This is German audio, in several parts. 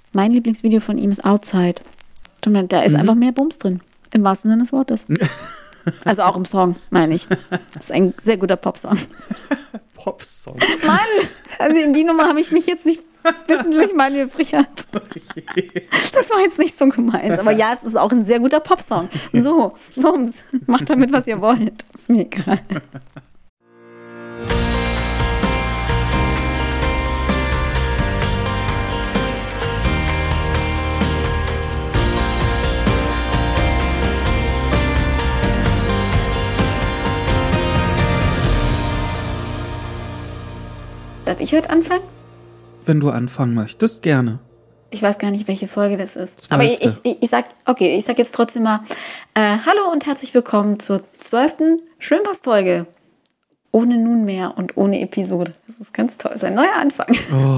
Mein Lieblingsvideo von ihm ist Outside. Da ist einfach mehr Bums drin. Im wahrsten Sinne des Wortes. Also auch im Song, meine ich. Das ist ein sehr guter Popsong. Popsong? Mann, also in die Nummer habe ich mich jetzt nicht wissentlich manövriert. Das war jetzt nicht so gemeint. Aber ja, es ist auch ein sehr guter Popsong. So, Bums, macht damit, was ihr wollt. Ist mir egal. Darf ich heute anfangen? Wenn du anfangen möchtest, gerne. Ich weiß gar nicht, welche Folge das ist. 12. Aber ich sag jetzt trotzdem mal Hallo und herzlich willkommen zur 12. Schwimmpass-Folge. Ohne Nunmehr und ohne Episode. Das ist ganz toll. Das ist ein neuer Anfang.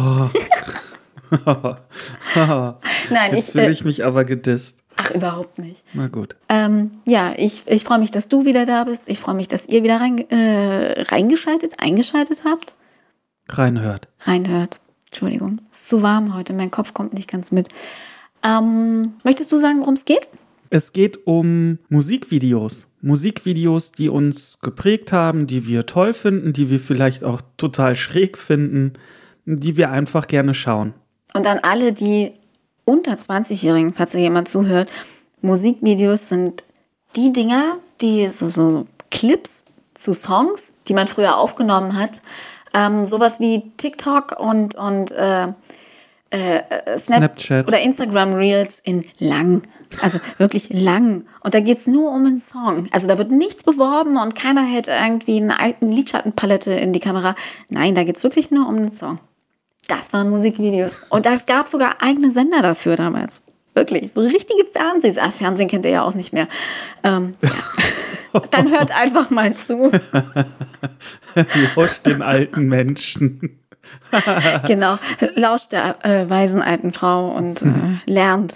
Oh. Nein, Jetzt fühle ich mich aber gedisst. Ach, überhaupt nicht. Na gut. Ja, ich freue mich, dass du wieder da bist. Ich freue mich, dass ihr wieder eingeschaltet habt. Reinhört. Entschuldigung, es ist zu warm heute, mein Kopf kommt nicht ganz mit. Möchtest du sagen, worum es geht? Es geht um Musikvideos. Musikvideos, die uns geprägt haben, die wir toll finden, die wir vielleicht auch total schräg finden, die wir einfach gerne schauen. Und an alle, die unter 20-Jährigen, falls da jemand zuhört, Musikvideos sind die Dinger, die so Clips zu Songs, die man früher aufgenommen hat, sowas wie TikTok und Snapchat oder Instagram Reels in lang. Also wirklich lang. Und da geht's nur um einen Song. Also da wird nichts beworben und keiner hält irgendwie eine alten Lidschattenpalette in die Kamera. Nein, da geht's wirklich nur um einen Song. Das waren Musikvideos. Und es gab sogar eigene Sender dafür damals. Wirklich. So richtige Fernsehen kennt ihr ja auch nicht mehr. Ja. Dann hört einfach mal zu. Lauscht den alten Menschen. Genau, lauscht der weisen alten Frau und lernt.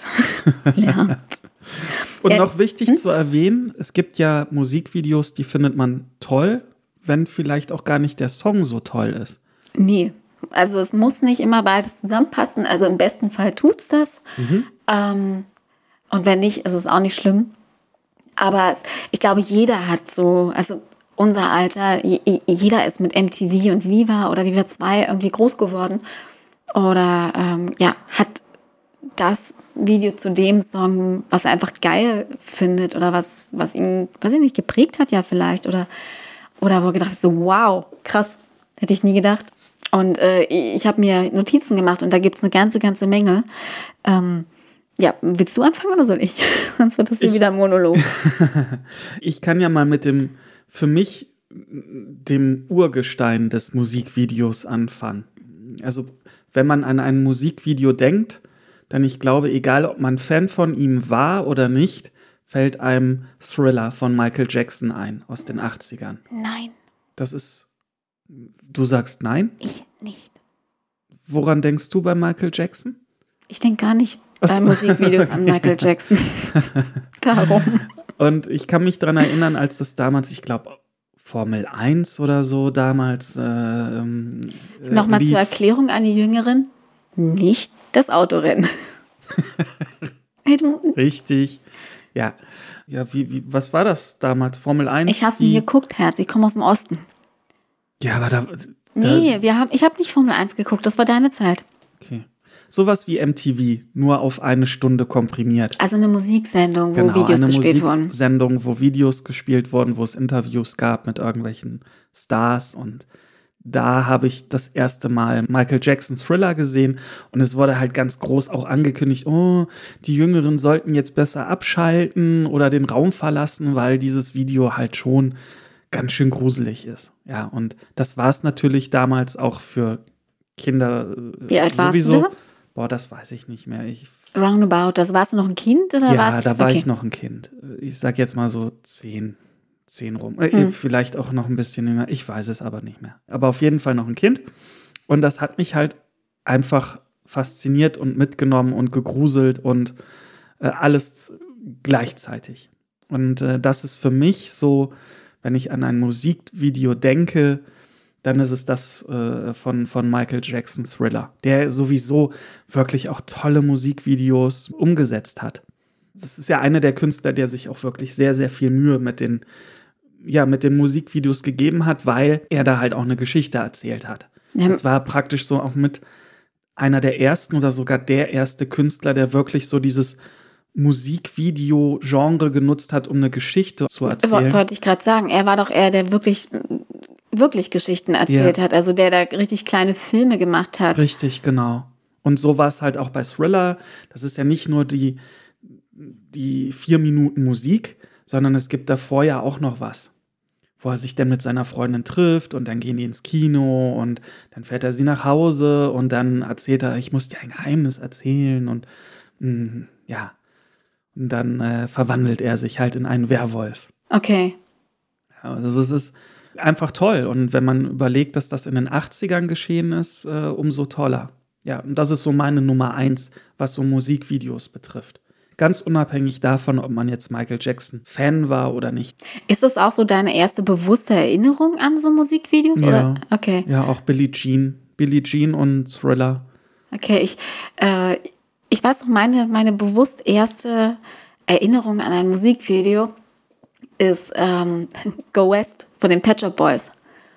Und noch wichtig zu erwähnen, es gibt ja Musikvideos, die findet man toll, wenn vielleicht auch gar nicht der Song so toll ist. Nee, also es muss nicht immer beides zusammenpassen. Also im besten Fall tut's das. Und wenn nicht, ist es auch nicht schlimm. Aber ich glaube, jeder hat so, also unser Alter, jeder ist mit MTV und Viva oder Viva 2 irgendwie groß geworden. Oder hat das Video zu dem Song, was er einfach geil findet oder was ihn, weiß ich nicht, geprägt hat ja vielleicht. Oder wo er gedacht hat, so wow, krass, hätte ich nie gedacht. Und ich habe mir Notizen gemacht und da gibt es eine ganze Menge. Ja, willst du anfangen oder soll ich? Sonst wird das hier wieder ein Monolog. Ich kann ja mal mit dem Urgestein des Musikvideos anfangen. Also, wenn man an ein Musikvideo denkt, dann ich glaube, egal ob man Fan von ihm war oder nicht, fällt einem Thriller von Michael Jackson ein, aus den 80ern. Nein. Du sagst nein? Ich nicht. Woran denkst du bei Michael Jackson? Ich denke gar nicht bei Musikvideos an Michael Jackson. Darum. Und ich kann mich daran erinnern, als das damals, ich glaube, Formel 1 oder so damals Nochmal lief. zur Erklärung an die Jüngeren, nicht das Autorennen. Hey, Richtig. Ja. Ja, was war das damals? Formel 1? Ich hab's nie geguckt, Herz. Ich komme aus dem Osten. Ja, aber Nee, ich habe nicht Formel 1 geguckt. Das war deine Zeit. Okay. Sowas wie MTV, nur auf eine Stunde komprimiert. Also eine Musiksendung, wo Genau, Videos gespielt wurden. Eine Musiksendung, wo Videos gespielt wurden, wo es Interviews gab mit irgendwelchen Stars. Und da habe ich das erste Mal Michael Jackson Thriller gesehen. Und es wurde halt ganz groß auch angekündigt, oh, die Jüngeren sollten jetzt besser abschalten oder den Raum verlassen, weil dieses Video halt schon ganz schön gruselig ist. Ja, und das war es natürlich damals auch für Kinder Wie alt sowieso. Warst du da? Boah, das weiß ich nicht mehr. Roundabout, also warst du noch ein Kind? Oder ja, da war okay. ich noch ein Kind. Ich sag jetzt mal so 10 rum. Vielleicht auch noch ein bisschen jünger. Ich weiß es aber nicht mehr. Aber auf jeden Fall noch ein Kind. Und das hat mich halt einfach fasziniert und mitgenommen und gegruselt und alles gleichzeitig. Und das ist für mich so, wenn ich an ein Musikvideo denke, dann ist es das von Michael Jackson, Thriller, der sowieso wirklich auch tolle Musikvideos umgesetzt hat. Das ist ja einer der Künstler, der sich auch wirklich sehr, sehr viel Mühe mit den Musikvideos gegeben hat, weil er da halt auch eine Geschichte erzählt hat. Ja. Das war praktisch so auch mit einer der ersten oder sogar der erste Künstler, der wirklich so dieses Musikvideo-Genre genutzt hat, um eine Geschichte zu erzählen. Wollte ich gerade sagen, er war doch eher der wirklich Geschichten erzählt hat, also der da richtig kleine Filme gemacht hat. Richtig, genau. Und so war es halt auch bei Thriller. Das ist ja nicht nur die 4 Minuten Musik, sondern es gibt davor ja auch noch was, wo er sich dann mit seiner Freundin trifft und dann gehen die ins Kino und dann fährt er sie nach Hause und dann erzählt er, ich muss dir ein Geheimnis erzählen und und dann verwandelt er sich halt in einen Werwolf. Okay. Also es ist einfach toll und wenn man überlegt, dass das in den 80ern geschehen ist, umso toller. Ja, und das ist so meine Nummer 1, was so Musikvideos betrifft. Ganz unabhängig davon, ob man jetzt Michael Jackson Fan war oder nicht. Ist das auch so deine erste bewusste Erinnerung an so Musikvideos? Ja, oder? Okay. Ja, auch Billie Jean und Thriller. Okay, ich weiß noch, meine bewusst erste Erinnerung an ein Musikvideo ist Go West von den Pet Shop Boys.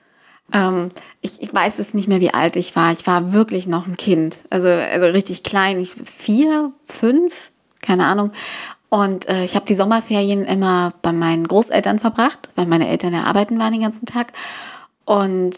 Ich weiß es nicht mehr, wie alt ich war. Ich war wirklich noch ein Kind. Also richtig klein. 4, 5, keine Ahnung. Und ich habe die Sommerferien immer bei meinen Großeltern verbracht, weil meine Eltern ja arbeiten waren den ganzen Tag. Und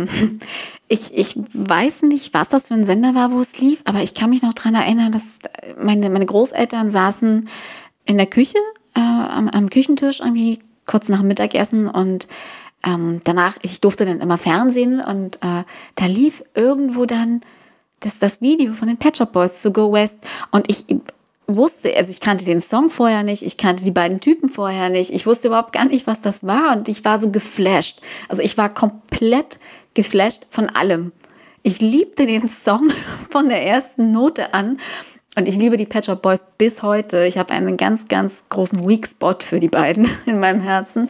ich weiß nicht, was das für ein Sender war, wo es lief, aber ich kann mich noch daran erinnern, dass meine Großeltern saßen in der Küche, am Küchentisch irgendwie kurz nach dem Mittagessen und danach, ich durfte dann immer Fernsehen und da lief irgendwo dann das Video von den Pet Shop Boys zu Go West und ich wusste, also ich kannte den Song vorher nicht, ich kannte die beiden Typen vorher nicht, ich wusste überhaupt gar nicht, was das war und ich war so geflasht. Also ich war komplett geflasht von allem. Ich liebte den Song von der ersten Note an und ich liebe die Pet Shop Boys bis heute. Ich habe einen ganz, ganz großen Weak Spot für die beiden in meinem Herzen.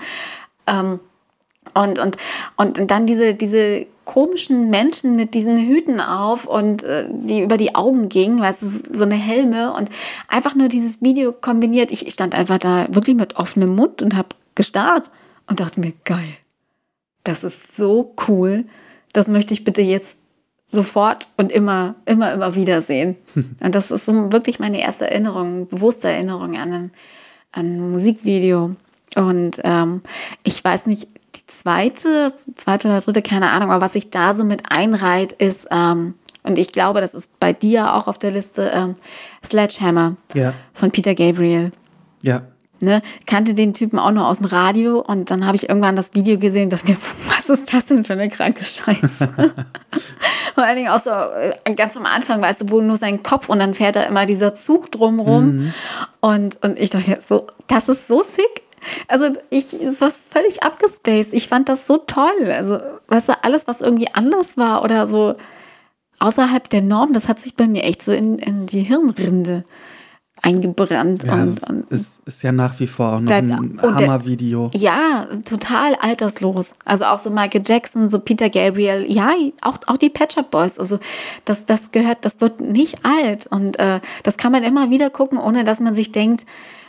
Und dann diese komischen Menschen mit diesen Hüten auf und die über die Augen gingen, weißt du, so eine Helme und einfach nur dieses Video kombiniert. Ich stand einfach da wirklich mit offenem Mund und habe gestarrt und dachte mir, geil, das ist so cool, das möchte ich bitte jetzt sofort und immer wiedersehen. Und das ist so wirklich meine erste Erinnerung, bewusste Erinnerung an ein Musikvideo. Und ich weiß nicht, die zweite oder dritte, keine Ahnung, aber was sich da so mit einreiht, ist, und ich glaube, das ist bei dir auch auf der Liste, Sledgehammer von Peter Gabriel. Ja. Ne? Kannte den Typen auch nur aus dem Radio und dann habe ich irgendwann das Video gesehen und dachte mir, was ist das denn für eine kranke Scheiße? Vor allen Dingen auch so ganz am Anfang, weißt du, wo nur sein Kopf und dann fährt da immer dieser Zug drumrum und ich dachte mir so, das ist so sick. Also es war völlig abgespaced. Ich fand das so toll. Also, weißt du, alles, was irgendwie anders war oder so außerhalb der Norm, das hat sich bei mir echt so in die Hirnrinde eingebrannt. Ja, und ist ja nach wie vor auch noch ein Hammervideo. Ja, total alterslos. Also auch so Michael Jackson, so Peter Gabriel, ja, auch die Pet Shop Boys. Also das wird nicht alt. Und das kann man immer wieder gucken, ohne dass man sich denkt,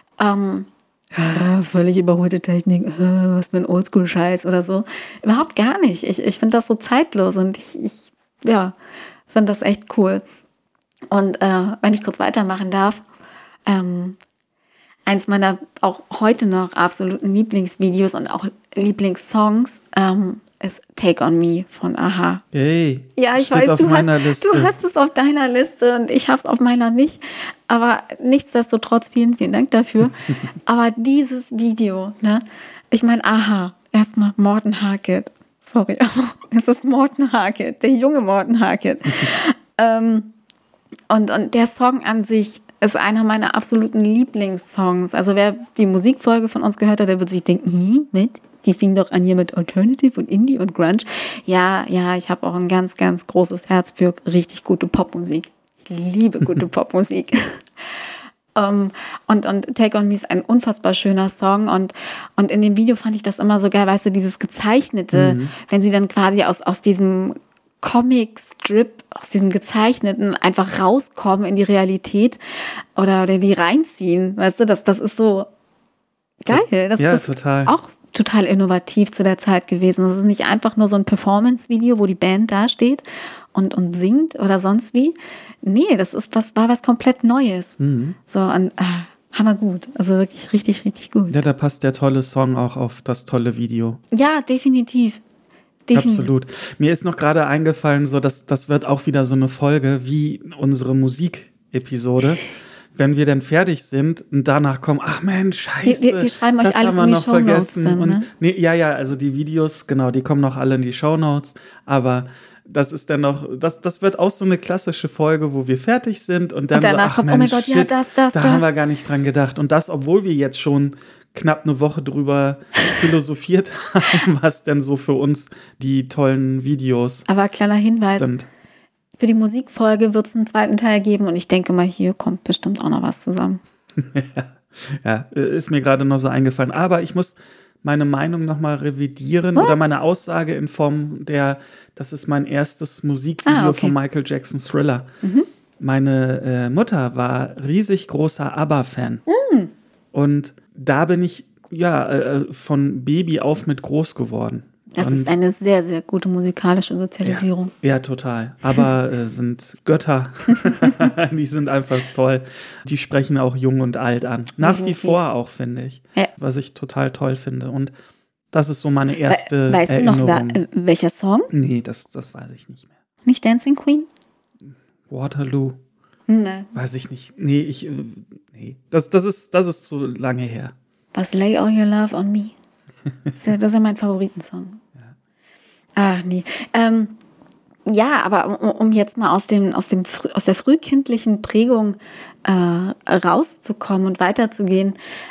völlig überholte Technik, was für ein Oldschool-Scheiß oder so. Überhaupt gar nicht. Ich finde das so zeitlos und ich finde das echt cool. Und wenn ich kurz weitermachen darf, eins meiner auch heute noch absoluten Lieblingsvideos und auch Lieblingssongs ist Take On Me von A-ha. Hey, ja, ich weiß, du hast es auf deiner Liste und ich habe es auf meiner nicht. Aber nichtsdestotrotz, vielen, vielen Dank dafür. Aber dieses Video, ne? Ich meine, A-ha, erstmal Morten Harket. Sorry, aber es ist Morten Harket, der junge Morten Harket. Und der Song an sich ist einer meiner absoluten Lieblingssongs. Also wer die Musikfolge von uns gehört hat, der wird sich denken, die fing doch an hier mit Alternative und Indie und Grunge. Ja, ich habe auch ein ganz, ganz großes Herz für richtig gute Popmusik. Ich liebe gute Popmusik. Und Take On Me ist ein unfassbar schöner Song. Und in dem Video fand ich das immer so geil, weißt du, dieses Gezeichnete, wenn sie dann quasi aus diesem Comic-Strip, aus diesem Gezeichneten einfach rauskommen in die Realität oder die reinziehen, weißt du, das ist so geil. Das ist total. Auch total innovativ zu der Zeit gewesen. Das ist nicht einfach nur so ein Performance-Video, wo die Band dasteht und singt oder sonst wie. Nee, war was komplett Neues. So, und hammergut. Also wirklich richtig, richtig gut. Ja, da passt der tolle Song auch auf das tolle Video. Ja, definitiv. Absolut. Mir ist noch gerade eingefallen, so dass das wird auch wieder so eine Folge wie unsere Musikepisode. Wenn wir dann fertig sind und danach kommen, ach Mensch, scheiße. Wir schreiben euch alles in die Shownotes dann, ne? Also die Videos, genau, die kommen noch alle in die Shownotes, aber das ist dann noch, das wird auch so eine klassische Folge, wo wir fertig sind und dann danach so, kommt, oh mein Gott, ja, das. Da haben wir gar nicht dran gedacht. Und das, obwohl wir jetzt schon knapp eine Woche drüber philosophiert haben, was denn so für uns die tollen Videos aber kleiner Hinweis, sind. Für die Musikfolge wird es einen zweiten Teil geben und ich denke mal, hier kommt bestimmt auch noch was zusammen. Ja, ist mir gerade noch so eingefallen. Aber ich muss meine Meinung nochmal revidieren oder meine Aussage in Form das ist mein erstes Musikvideo von Michael Jackson Thriller. Meine Mutter war riesig großer ABBA-Fan. Und da bin ich von Baby auf mit groß geworden. Das ist eine sehr, sehr gute musikalische Sozialisierung. Ja, total. Aber sind Götter. Die sind einfach toll. Die sprechen auch jung und alt an. Nach wie vor auch, finde ich. Ja. Was ich total toll finde. Und das ist so meine erste Erinnerung. Weißt du noch, welcher Song? Nee, das weiß ich nicht mehr. Nicht Dancing Queen? Waterloo. Nee. Weiß ich nicht. Nee, Das ist zu lange her. Was Lay All Your Love on Me? Das ist ja mein Favoritensong. Ja. Ach, nee. Ja, aber um jetzt mal aus der frühkindlichen Prägung rauszukommen und weiterzugehen,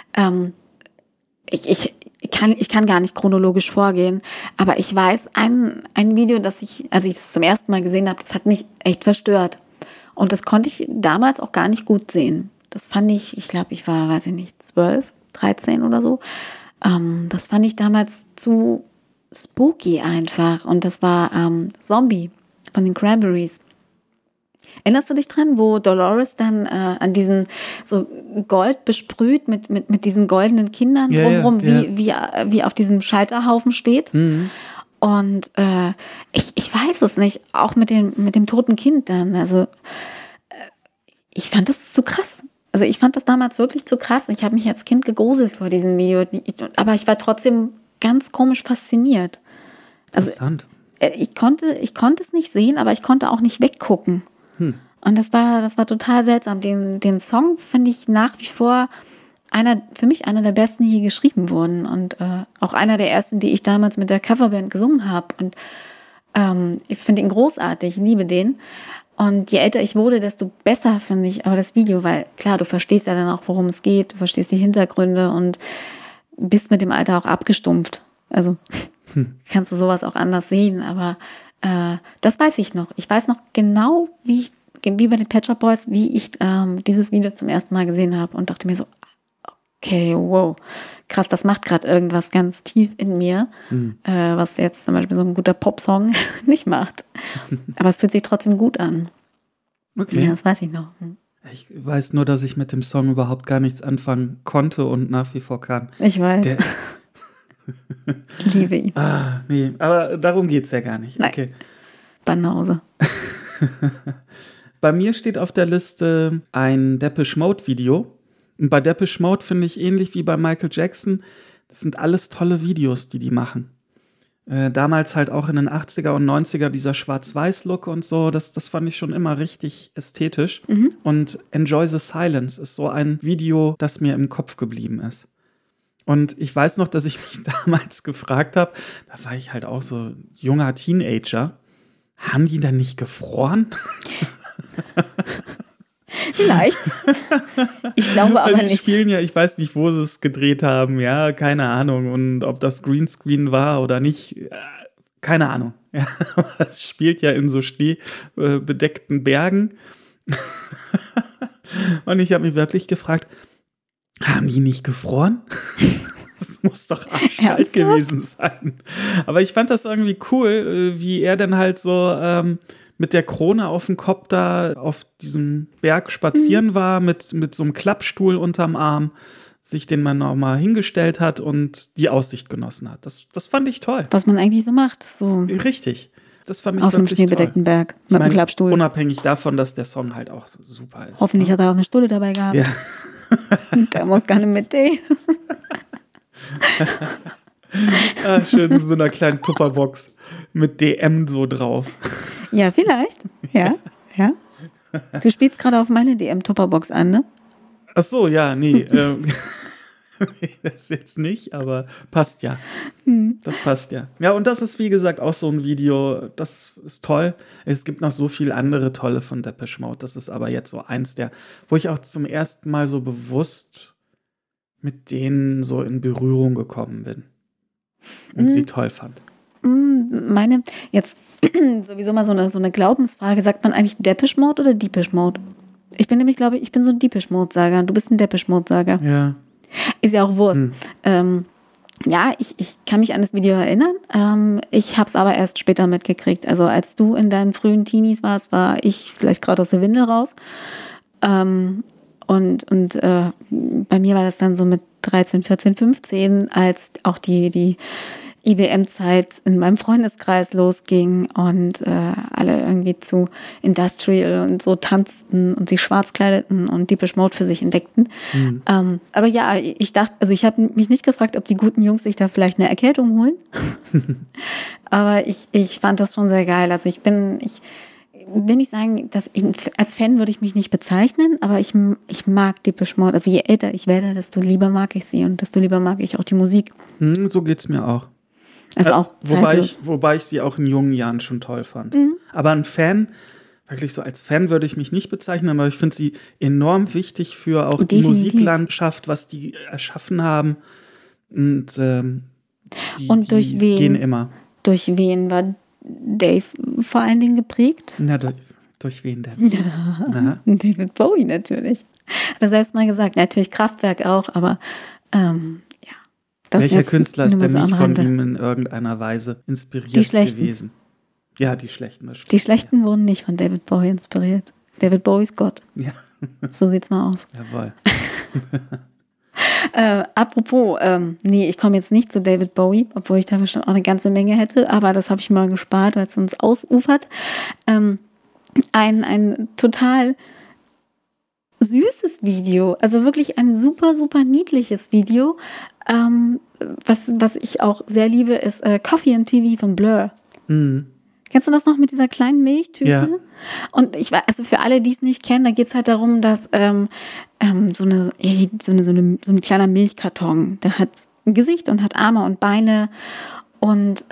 ich kann gar nicht chronologisch vorgehen, aber ich weiß, ein Video, als ich es zum ersten Mal gesehen habe, das hat mich echt verstört. Und das konnte ich damals auch gar nicht gut sehen. Das fand ich glaube, ich war, 12, 13 oder so. Das fand ich damals zu spooky einfach. Und das war Zombie von den Cranberries. Erinnerst du dich dran, wo Dolores dann an diesen so Gold besprüht mit diesen goldenen Kindern drumherum, wie auf diesem Scheiterhaufen steht? Mhm. Und ich weiß es nicht, auch mit dem toten Kind dann. Also ich fand das zu krass. Also ich fand das damals wirklich zu krass. Ich habe mich als Kind gegruselt vor diesem Video. Aber ich war trotzdem ganz komisch fasziniert. Also, interessant. Ich konnte es nicht sehen, aber ich konnte auch nicht weggucken. Und das war total seltsam. Den Song finde ich nach wie vor für mich einer der besten, die hier geschrieben wurden. Und auch einer der ersten, die ich damals mit der Coverband gesungen habe. Und ich finde ihn großartig, ich liebe den. Und je älter ich wurde, desto besser finde ich aber das Video, weil klar, du verstehst ja dann auch, worum es geht, du verstehst die Hintergründe und bist mit dem Alter auch abgestumpft. Also kannst du sowas auch anders sehen, aber das weiß ich noch. Ich weiß noch genau, wie bei den Pet Shop Boys, wie ich dieses Video zum ersten Mal gesehen habe und dachte mir so, okay, wow, krass, das macht gerade irgendwas ganz tief in mir, was jetzt zum Beispiel so ein guter Popsong nicht macht. Aber es fühlt sich trotzdem gut an. Okay. Ja, das weiß ich noch. Ich weiß nur, dass ich mit dem Song überhaupt gar nichts anfangen konnte und nach wie vor kann. Ich weiß. Ich liebe ihn. Nee, aber darum geht es ja gar nicht. Nein. Okay. Banause. Bei mir steht auf der Liste ein Depeche Mode Video. Und bei Depeche Mode finde ich ähnlich wie bei Michael Jackson, das sind alles tolle Videos, die machen. Damals halt auch in den 80er und 90er dieser Schwarz-Weiß-Look und so, das fand ich schon immer richtig ästhetisch. Und Enjoy the Silence ist so ein Video, das mir im Kopf geblieben ist. Und ich weiß noch, dass ich mich damals gefragt habe, da war ich halt auch so junger Teenager, haben die dann nicht gefroren? Vielleicht. Ich glaube aber nicht. Die spielen ja, ich weiß nicht, wo sie es gedreht haben, ja, keine Ahnung. Und ob das Greenscreen war oder nicht, keine Ahnung. Ja, es spielt ja in so schneebedeckten Bergen. Und ich habe mich wirklich gefragt, haben die nicht gefroren? Das muss doch arschkalt gewesen sein. Aber ich fand das irgendwie cool, wie er dann halt so mit der Krone auf dem Kopf da auf diesem Berg spazieren war, mit so einem Klappstuhl unterm Arm, sich den man noch mal hingestellt hat und die Aussicht genossen hat. Das fand ich toll. Was man eigentlich so macht. So richtig. Das fand ich auf einem wirklich toll. schneebedeckten Berg mit einem Klappstuhl. Unabhängig davon, dass der Song halt auch super ist. Hoffentlich hat er auch eine Stulle dabei gehabt. Ja. Der muss gar nicht mit D. Schön in so einer kleinen Tupperbox mit DM so drauf. Ja, vielleicht. Ja. Du spielst gerade auf meine DM-Tupperbox an, ne? Ach so, ja, nee. Das jetzt nicht, aber passt ja. Das passt ja. Ja, und das ist, wie gesagt, auch so ein Video, das ist toll. Es gibt noch so viele andere tolle von Depeche Mode. Das ist aber jetzt so eins der, wo ich auch zum ersten Mal so bewusst mit denen so in Berührung gekommen bin und sie toll fand. Meine, jetzt sowieso mal so eine Glaubensfrage. Sagt man eigentlich Depeche Mode oder Depeche Mode? Ich bin nämlich, glaube ich, bin so ein Depeche Mode-Sager. Du bist ein Depeche Mode-Sager. Ja. Ist ja auch Wurst. Ja, ich kann mich an das Video erinnern. Ich habe es aber erst später mitgekriegt. Also als du in deinen frühen Teenies warst, war ich vielleicht gerade aus der Windel raus. Und bei mir war das dann so mit 13, 14, 15, als auch die IBM-Zeit in meinem Freundeskreis losging und alle irgendwie zu Industrial und so tanzten und sich schwarz kleideten und Depeche Mode für sich entdeckten. Aber ja, ich dachte, also ich habe mich nicht gefragt, ob die guten Jungs sich da vielleicht eine Erkältung holen. Aber ich fand das schon sehr geil. Also ich will nicht sagen, dass als Fan würde ich mich nicht bezeichnen, aber ich mag Depeche Mode. Also je älter ich werde, desto lieber mag ich sie und desto lieber mag ich auch die Musik. So geht's mir auch. Also auch wobei ich sie auch in jungen Jahren schon toll fand. Aber ein Fan, wirklich so als Fan würde ich mich nicht bezeichnen, aber ich finde sie enorm wichtig für auch die Musiklandschaft, was die erschaffen haben. Und durch wen? Gehen immer. Durch wen war Dave vor allen Dingen geprägt? Na, durch wen denn? Ja, David Bowie natürlich. Hat er selbst mal gesagt. Natürlich Kraftwerk auch, aber welcher Künstler ist denn nicht von ihm in irgendeiner Weise inspiriert gewesen? Ja, die Schlechten. Die Schlechten wurden nicht von David Bowie inspiriert. David Bowie ist Gott. Ja. So sieht's mal aus. Jawohl. Apropos, ich komme jetzt nicht zu David Bowie, obwohl ich da bestimmt auch eine ganze Menge hätte, aber das habe ich mal gespart, weil es uns ausufert. Ein total süßes Video, also wirklich ein super, super niedliches Video. Was ich auch sehr liebe, ist Coffee and TV von Blur. Kennst du das noch mit dieser kleinen Milchtüte? Ja. Und also für alle, die es nicht kennen, da geht es halt darum, dass so ein kleiner Milchkarton, der hat ein Gesicht und hat Arme und Beine und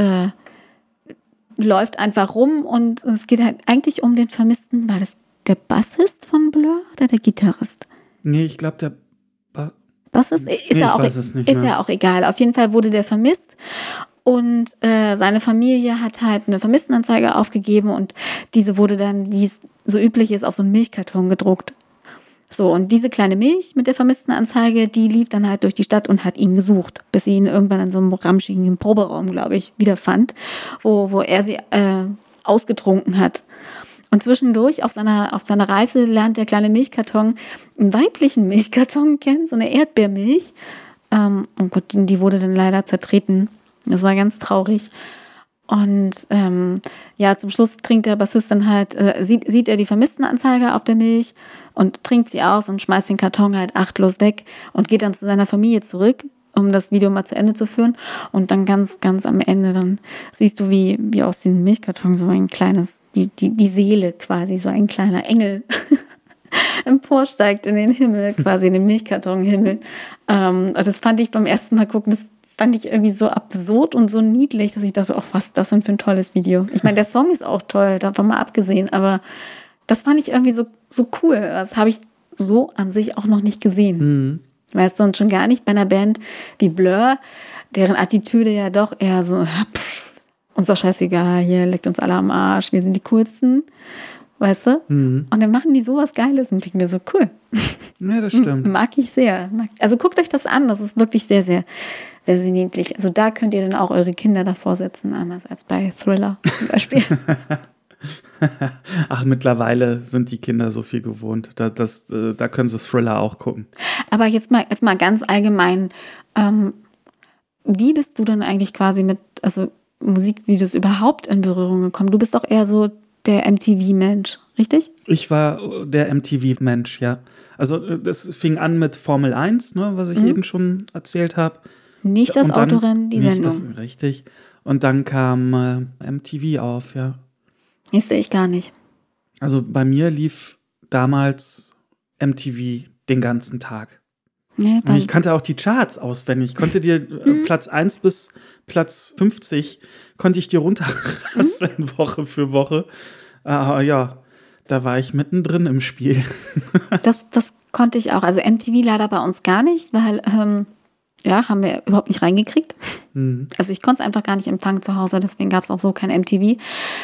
läuft einfach rum und es geht halt eigentlich um den Vermissten. War das der Bassist von Blur oder der Gitarrist? Nee, ich glaube, der Bassist ist ja auch egal. Auf jeden Fall wurde der vermisst. Und seine Familie hat halt eine Vermisstenanzeige aufgegeben und diese wurde dann, wie es so üblich ist, auf so einen Milchkarton gedruckt. So, und diese kleine Milch mit der Vermisstenanzeige, die lief dann halt durch die Stadt und hat ihn gesucht, bis sie ihn irgendwann in so einem ramschigen Proberaum, glaube ich, wiederfand, wo er sie ausgetrunken hat. Und zwischendurch auf seiner Reise lernt der kleine Milchkarton einen weiblichen Milchkarton kennen, so eine Erdbeermilch. Oh Gott, die wurde dann leider zertreten. Das war ganz traurig. Und zum Schluss trinkt der Bassist dann halt, sieht er die Vermisstenanzeige auf der Milch und trinkt sie aus und schmeißt den Karton halt achtlos weg und geht dann zu seiner Familie zurück, um das Video mal zu Ende zu führen. Und dann ganz, ganz am Ende, dann siehst du, wie aus diesem Milchkarton so ein kleines, die Seele quasi, so ein kleiner Engel emporsteigt in den Himmel, quasi in den Milchkartonhimmel. Und das fand ich beim ersten Mal gucken, das fand ich irgendwie so absurd und so niedlich, dass ich dachte, was ist das denn für ein tolles Video. Ich meine, der Song ist auch toll, davon mal abgesehen, aber das fand ich irgendwie so cool. Das habe ich so an sich auch noch nicht gesehen. Weißt du, und schon gar nicht bei einer Band wie Blur, deren Attitüde ja doch eher so, uns doch scheißegal, hier leckt uns alle am Arsch, wir sind die Coolsten. weißt du? Und dann machen die sowas Geiles und ich denke mir so, cool. Ja, das stimmt. Mag ich sehr. Also guckt euch das an, das ist wirklich sehr, sehr, sehr, sehr niedlich. Also da könnt ihr dann auch eure Kinder davor setzen, anders als bei Thriller zum Beispiel. Ach, mittlerweile sind die Kinder so viel gewohnt. Da können sie Thriller auch gucken. Aber jetzt mal ganz allgemein, wie bist du denn eigentlich quasi mit Musikvideos überhaupt in Berührung gekommen? Du bist doch eher so der MTV-Mensch, richtig? Ich war der MTV-Mensch, ja. Also das fing an mit Formel 1, ne, was ich eben schon erzählt habe. Nicht das Autorennen, die Sendung. Richtig. Und dann kam MTV auf, ja. Das sehe ich gar nicht. Also bei mir lief damals MTV den ganzen Tag. Ja, und ich kannte auch die Charts auswendig. Ich konnte dir Platz 1 bis Platz 50 konnte ich dir runterrasseln, Woche für Woche. Aber ja, da war ich mittendrin im Spiel. Das konnte ich auch. Also MTV leider bei uns gar nicht, weil haben wir überhaupt nicht reingekriegt. Also ich konnte es einfach gar nicht empfangen zu Hause, deswegen gab es auch so kein MTV.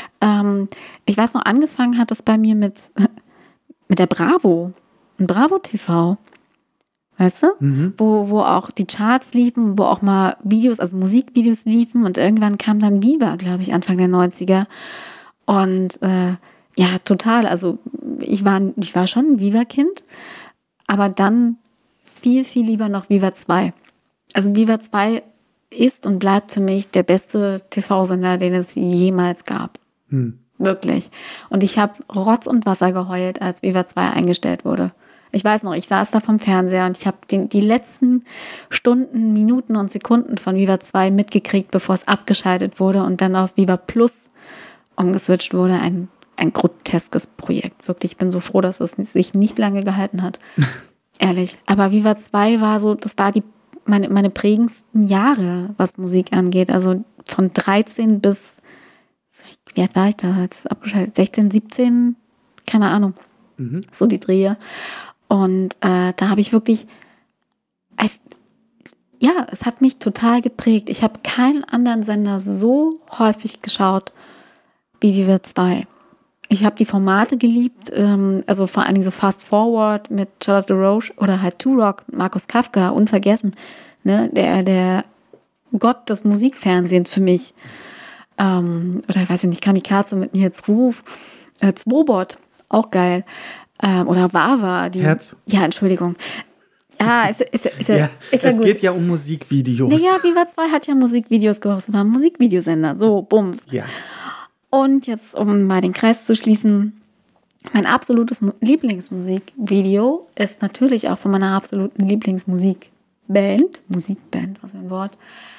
Ich weiß noch, angefangen hat das bei mir mit der Bravo. Ein Bravo TV. Weißt du? Wo auch die Charts liefen, wo auch mal Videos, also Musikvideos liefen und irgendwann kam dann Viva, glaube ich, Anfang der 90er. Und ja, total. Also ich war schon ein Viva-Kind, aber dann viel, viel lieber noch Viva 2. Also Viva 2 ist und bleibt für mich der beste TV-Sender, den es jemals gab. Wirklich. Und ich habe Rotz und Wasser geheult, als Viva 2 eingestellt wurde. Ich weiß noch, ich saß da vom Fernseher und ich habe die letzten Stunden, Minuten und Sekunden von Viva 2 mitgekriegt, bevor es abgeschaltet wurde und dann auf Viva Plus umgeswitcht wurde. Ein groteskes Projekt. Wirklich, ich bin so froh, dass es sich nicht lange gehalten hat. Ehrlich. Aber Viva 2 war so, das war meine prägendsten Jahre, was Musik angeht. Also von 13 bis, wie alt war ich da, als es abgeschaltet? 16, 17, keine Ahnung. So die Drehe. Und da habe ich wirklich, es hat mich total geprägt. Ich habe keinen anderen Sender so häufig geschaut wie Viva 2. Ich habe die Formate geliebt, also vor allen Dingen so Fast Forward mit Charlotte Roche oder halt Turok, Markus Kafka, unvergessen, ne? Der Gott des Musikfernsehens für mich. Oder ich weiß nicht, Kamikaze mit Nils Ruf, Zwobot, auch geil. Oder Wawa. Herz. Ja, Entschuldigung. Ja, ist ja es gut. geht ja um Musikvideos. Naja, Viva 2 hat ja Musikvideos gehostet, war ein Musikvideosender. So, bums. Ja. Und jetzt, um mal den Kreis zu schließen, mein absolutes Lieblingsmusikvideo ist natürlich auch von meiner absoluten Lieblingsmusikband, was für ein Wort,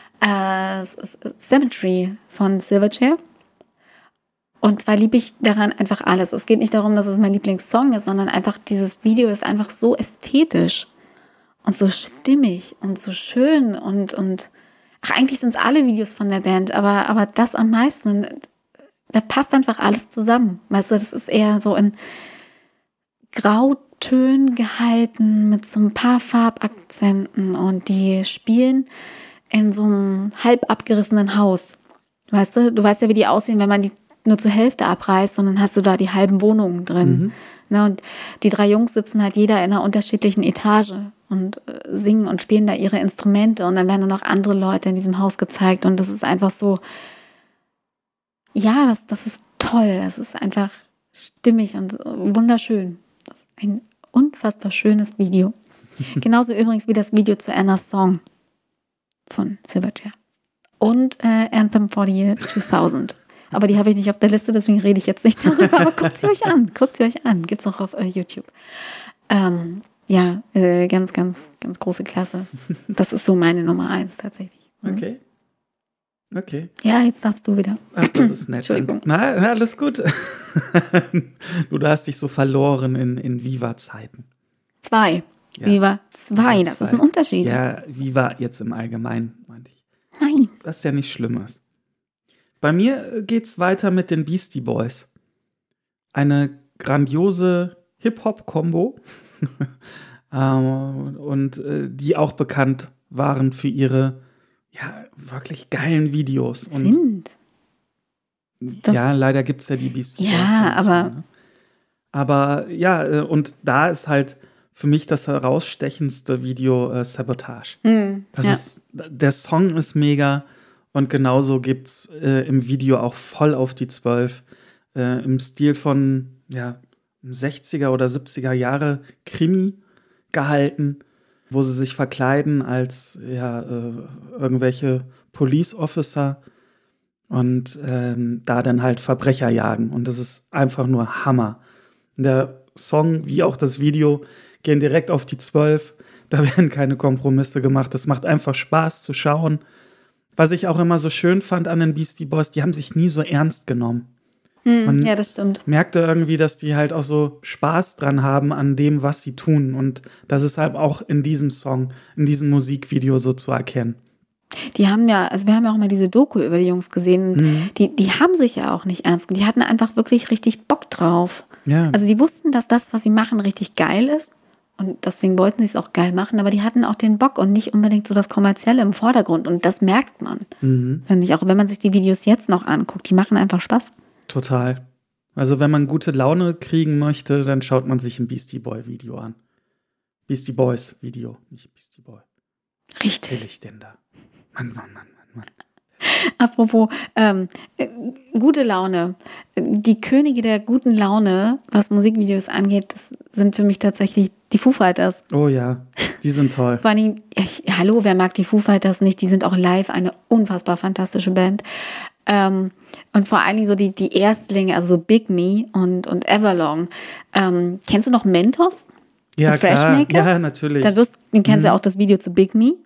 Cemetery von Silverchair. Und zwar liebe ich daran einfach alles. Es geht nicht darum, dass es mein Lieblingssong ist, sondern einfach dieses Video ist einfach so ästhetisch und so stimmig und so schön und eigentlich sind es alle Videos von der Band, aber das am meisten, da passt einfach alles zusammen. Weißt du, das ist eher so in Grautönen gehalten mit so ein paar Farbakzenten und die spielen in so einem halb abgerissenen Haus. Weißt du weißt ja, wie die aussehen, wenn man die nur zur Hälfte abreißt, und dann hast du da die halben Wohnungen drin. Ne, und die 3 Jungs sitzen halt jeder in einer unterschiedlichen Etage und singen und spielen da ihre Instrumente und dann werden dann noch andere Leute in diesem Haus gezeigt und das ist einfach so, ja, das ist toll, das ist einfach stimmig und wunderschön. Das ist ein unfassbar schönes Video. Genauso übrigens wie das Video zu Anna's Song von Silverchair. Und Anthem for the Year 2000. Aber die habe ich nicht auf der Liste, deswegen rede ich jetzt nicht darüber. Aber guckt sie euch an. Gibt's auch auf YouTube. Ganz, ganz, ganz große Klasse. Das ist so meine Nummer 1 tatsächlich. Okay. Ja, jetzt darfst du wieder. Ach, das ist nett. Entschuldigung. Na, alles gut. Du hast dich so verloren in Viva-Zeiten. 2. Ja. Viva 2, das ist ein Unterschied. Ja, Viva jetzt im Allgemeinen, meinte ich. Nein. Was ja nicht schlimm ist. Bei mir geht's weiter mit den Beastie Boys. Eine grandiose Hip-Hop-Kombo und die auch bekannt waren für ihre wirklich geilen Videos. Ja, leider gibt's ja die Beastie Boys. Ja, aber Aber ja, und da ist halt für mich das herausstechendste Video Sabotage. Der Song ist mega und genauso gibt's im Video auch voll auf die 12. Im Stil von 60er oder 70er Jahre Krimi gehalten, wo sie sich verkleiden als irgendwelche Police Officer und da dann halt Verbrecher jagen. Und das ist einfach nur Hammer. Der Song wie auch das Video gehen direkt auf die 12. Da werden keine Kompromisse gemacht. Das macht einfach Spaß zu schauen. Was ich auch immer so schön fand an den Beastie Boys, die haben sich nie so ernst genommen. Man ja, das stimmt. merkte irgendwie, dass die halt auch so Spaß dran haben an dem, was sie tun. Und das ist halt auch in diesem Song, in diesem Musikvideo so zu erkennen. Die haben ja, also wir haben ja auch mal diese Doku über die Jungs gesehen. Die haben sich ja auch nicht ernst genommen. Die hatten einfach wirklich richtig Bock drauf. Ja. Also die wussten, dass das, was sie machen, richtig geil ist. Und deswegen wollten sie es auch geil machen. Aber die hatten auch den Bock und nicht unbedingt so das Kommerzielle im Vordergrund. Und das merkt man. Finde ich auch, wenn man sich die Videos jetzt noch anguckt. Die machen einfach Spaß. Total. Also wenn man gute Laune kriegen möchte, dann schaut man sich ein Beastie Boy Video an. Beastie Boys Video, nicht Beastie Boy. Richtig. Was erzähl ich denn da? Mann. Apropos gute Laune. Die Könige der guten Laune, was Musikvideos angeht, das sind für mich tatsächlich die Foo Fighters. Oh ja, die sind toll. Vor allem, hallo, wer mag die Foo Fighters nicht? Die sind auch live eine unfassbar fantastische Band. Und vor allen Dingen so die Erstlinge, also so Big Me und Everlong. Kennst du noch Mentos? Ja, klar. Freshmaker? Ja, natürlich. Du kennst ja auch das Video zu Big Me.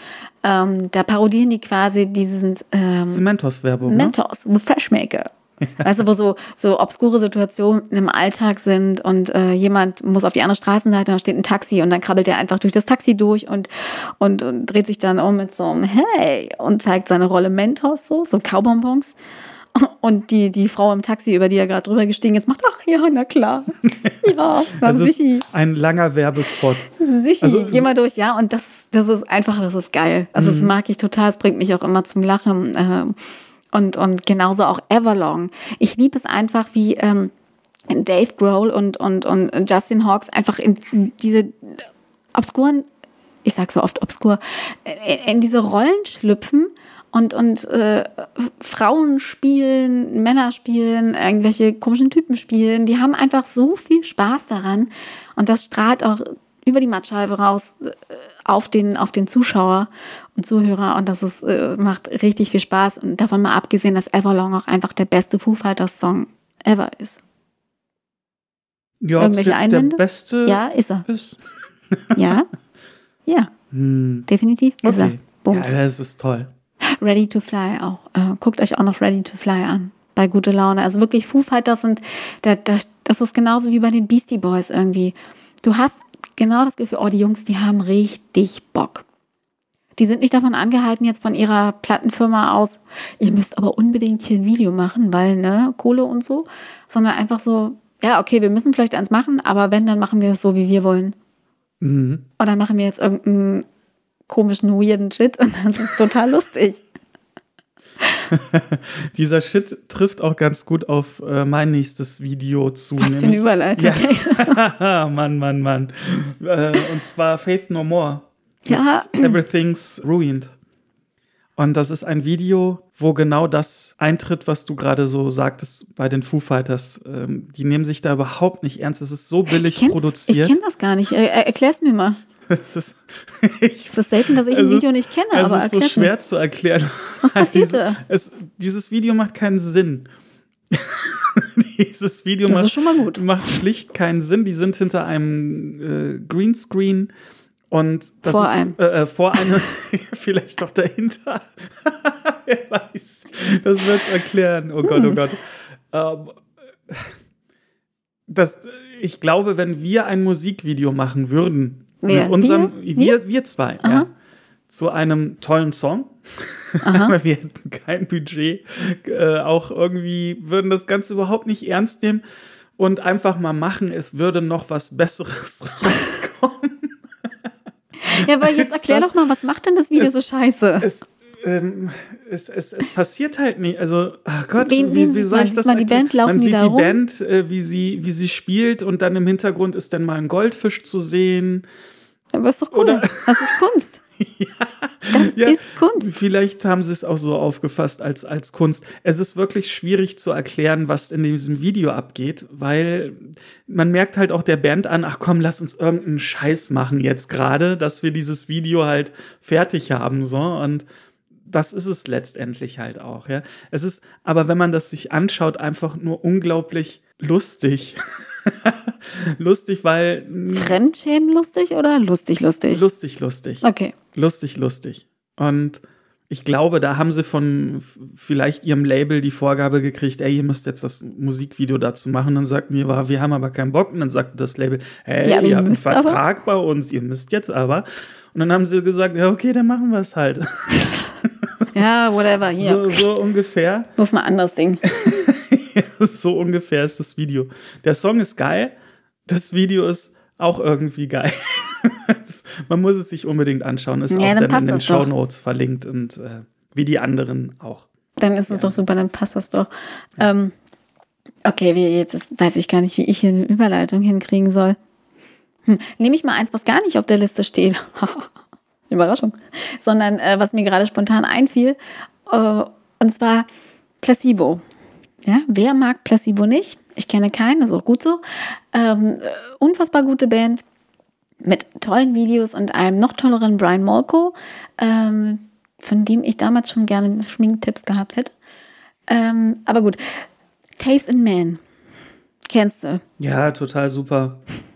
Da parodieren die quasi diesen Mentos-Werbung. Mentos, The Freshmaker. Weißt du, wo so obskure Situationen im Alltag sind und jemand muss auf die andere Straßenseite, da steht ein Taxi und dann krabbelt er einfach durch das Taxi durch und dreht sich dann um mit so einem Hey und zeigt seine Rolle Mentos, so Kaubonbons. Und die Frau im Taxi, über die er gerade drüber gestiegen ist, macht, ach ja, na klar. Ja, das ist ein langer Werbespot. Sicher, geh mal durch, ja. Und das ist geil. Also das mag ich total, es bringt mich auch immer zum Lachen. Und genauso auch Everlong. Ich liebe es einfach, wie Dave Grohl und Justin Hawkes einfach in diese obskuren, ich sag so oft obskur, in diese Rollen schlüpfen und Frauen spielen, Männer spielen, irgendwelche komischen Typen spielen. Die haben einfach so viel Spaß daran. Und das strahlt auch über die Mattscheibe raus auf den Zuschauer und Zuhörer. Und das macht richtig viel Spaß. Und davon mal abgesehen, dass Everlong auch einfach der beste Foo Fighters Song ever ist. Ja, irgendwelche Einwände? Der beste ja, ist er. Ist. Ja, definitiv ist er. Bums. Ja, das ist toll. Ready to Fly auch. Guckt euch auch noch Ready to Fly an. Bei Gute Laune. Also wirklich, Foo Fighters das ist genauso wie bei den Beastie Boys irgendwie. Du hast genau das Gefühl, die Jungs, die haben richtig Bock. Die sind nicht davon angehalten, jetzt von ihrer Plattenfirma aus, ihr müsst aber unbedingt hier ein Video machen, weil, Kohle und so. Sondern einfach so, ja, okay, wir müssen vielleicht eins machen, aber wenn, dann machen wir es so, wie wir wollen. Und dann machen wir jetzt irgendeinen komischen, weirden Shit und das ist total lustig. Dieser Shit trifft auch ganz gut auf mein nächstes Video zu. Was für eine Überleitung. Ja. Mann. Und zwar Faith No More. Ja. Everything's Ruined. Und das ist ein Video, wo genau das eintritt, was du gerade so sagtest bei den Foo Fighters. Die nehmen sich da überhaupt nicht ernst. Es ist so billig produziert. Ich kenne das gar nicht. Erklär's mir mal. Es ist selten, dass ich ein Video nicht kenne, aber es ist so schwer zu erklären. Was passiert da? Dieses Video macht keinen Sinn. Dieses Video ist schon mal gut. Macht schlicht keinen Sinn. Die sind hinter einem Greenscreen und das vor einem vielleicht doch dahinter. Wer weiß. Das wird's erklären. Oh Gott. Ich glaube, wenn wir ein Musikvideo machen würden, mit unserem, wir zwei, zu einem tollen Song, aber wir hätten kein Budget, auch irgendwie würden das Ganze überhaupt nicht ernst nehmen und einfach mal machen, es würde noch was Besseres rauskommen. Ja, aber jetzt erklär doch mal, was macht denn das Video so scheiße? es passiert halt nicht. Also, ach Gott, Wen wie soll ich das erklären? Die Band, laufen Man die sieht da die rum? Band, wie sie spielt und dann im Hintergrund ist dann mal ein Goldfisch zu sehen. Aber ist doch cool. Oder- Das ist Kunst. Das Ja, ist Kunst. vielleicht haben sie es auch so aufgefasst als Kunst. Es ist wirklich schwierig zu erklären, was in diesem Video abgeht, weil man merkt halt auch der Band an, ach komm, lass uns irgendeinen Scheiß machen jetzt gerade, dass wir dieses Video halt fertig haben, so. Und das ist es letztendlich halt auch, ja. Es ist, aber wenn man das sich anschaut, einfach nur unglaublich lustig. Lustig, weil Fremdschämen lustig oder lustig? lustig. Okay. Lustig. Und ich glaube, da haben sie von vielleicht ihrem Label die Vorgabe gekriegt, ey, ihr müsst jetzt das Musikvideo dazu machen. Dann sagten die, wir haben aber keinen Bock. Und dann sagte das Label, hey, Ja, ihr habt einen müsst Vertrag bei uns, ihr müsst jetzt aber. Und dann haben sie gesagt, ja, okay, dann machen wir es halt. Ja, whatever, hier. So ungefähr. Ruf mal ein anderes Ding. So ungefähr ist das Video. Der Song ist geil, das Video ist auch irgendwie geil. Man muss es sich unbedingt anschauen. Ist Ja, auch dann dann passt in den das doch. Shownotes verlinkt und wie die anderen auch. Dann ist es doch super, dann passt das doch. Okay, weiß ich gar nicht, wie ich hier eine Überleitung hinkriegen soll. Nehme ich mal eins, was gar nicht auf der Liste steht. Überraschung. Sondern was mir gerade spontan einfiel. Und zwar Placebo. Ja, wer mag Placebo nicht? Ich kenne keinen, das ist auch gut so. Unfassbar gute Band mit tollen Videos und einem noch tolleren Brian Molko, von dem ich damals schon gerne Schminktipps gehabt hätte. Aber gut, Taste in Man. Kennst du? Ja, total super.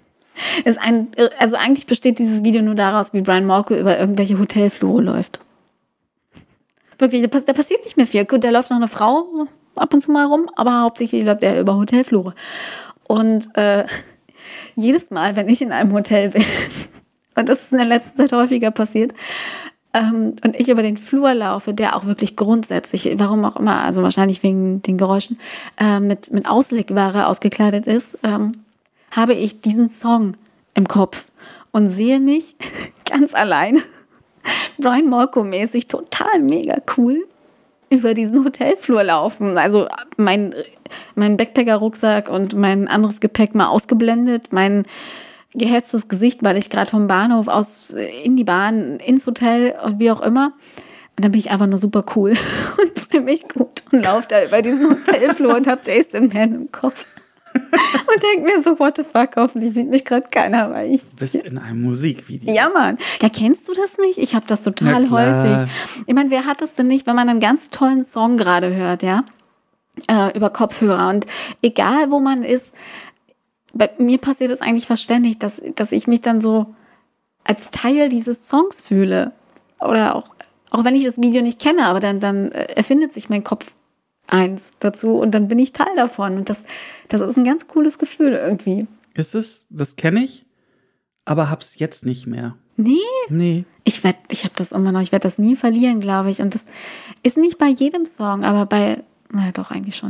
Also eigentlich besteht dieses Video nur daraus, wie Brian Molko über irgendwelche Hotelflure läuft. Wirklich, da passiert nicht mehr viel. Gut, da läuft noch eine Frau ab und zu mal rum, aber hauptsächlich läuft er über Hotelflure. Und jedes Mal, wenn ich in einem Hotel bin, und das ist in der letzten Zeit häufiger passiert, und ich über den Flur laufe, der auch wirklich grundsätzlich, warum auch immer, also wahrscheinlich wegen den Geräuschen, mit Auslegware ausgekleidet ist, habe ich diesen Song im Kopf und sehe mich ganz allein, Brian Molko-mäßig, total mega cool, über diesen Hotelflur laufen. Also mein Backpacker-Rucksack und mein anderes Gepäck mal ausgeblendet, mein gehetztes Gesicht, weil ich gerade vom Bahnhof aus in die Bahn, ins Hotel und wie auch immer. Und dann bin ich einfach nur super cool und fühle mich gut und laufe da über diesen Hotelflur und habe Taste in Man im Kopf. Und denke mir so, what the fuck, hoffentlich sieht mich gerade keiner, weil ich... Du bist in einem Musikvideo. Ja, Mann. Ja, kennst du das nicht? Ich habe das total Na klar. häufig. Ich meine, wer hat das denn nicht, wenn man einen ganz tollen Song gerade hört, ja? Über Kopfhörer. Und egal, wo man ist, bei mir passiert es eigentlich fast ständig, dass ich mich dann so als Teil dieses Songs fühle. Oder auch wenn ich das Video nicht kenne, aber dann erfindet sich mein Kopf eins dazu und dann bin ich Teil davon. Und das ist ein ganz cooles Gefühl irgendwie. Ist es? Das kenne ich, aber hab's jetzt nicht mehr. Nee? Ich habe das immer noch. Ich werde das nie verlieren, glaube ich. Und das ist nicht bei jedem Song, aber na doch, eigentlich schon.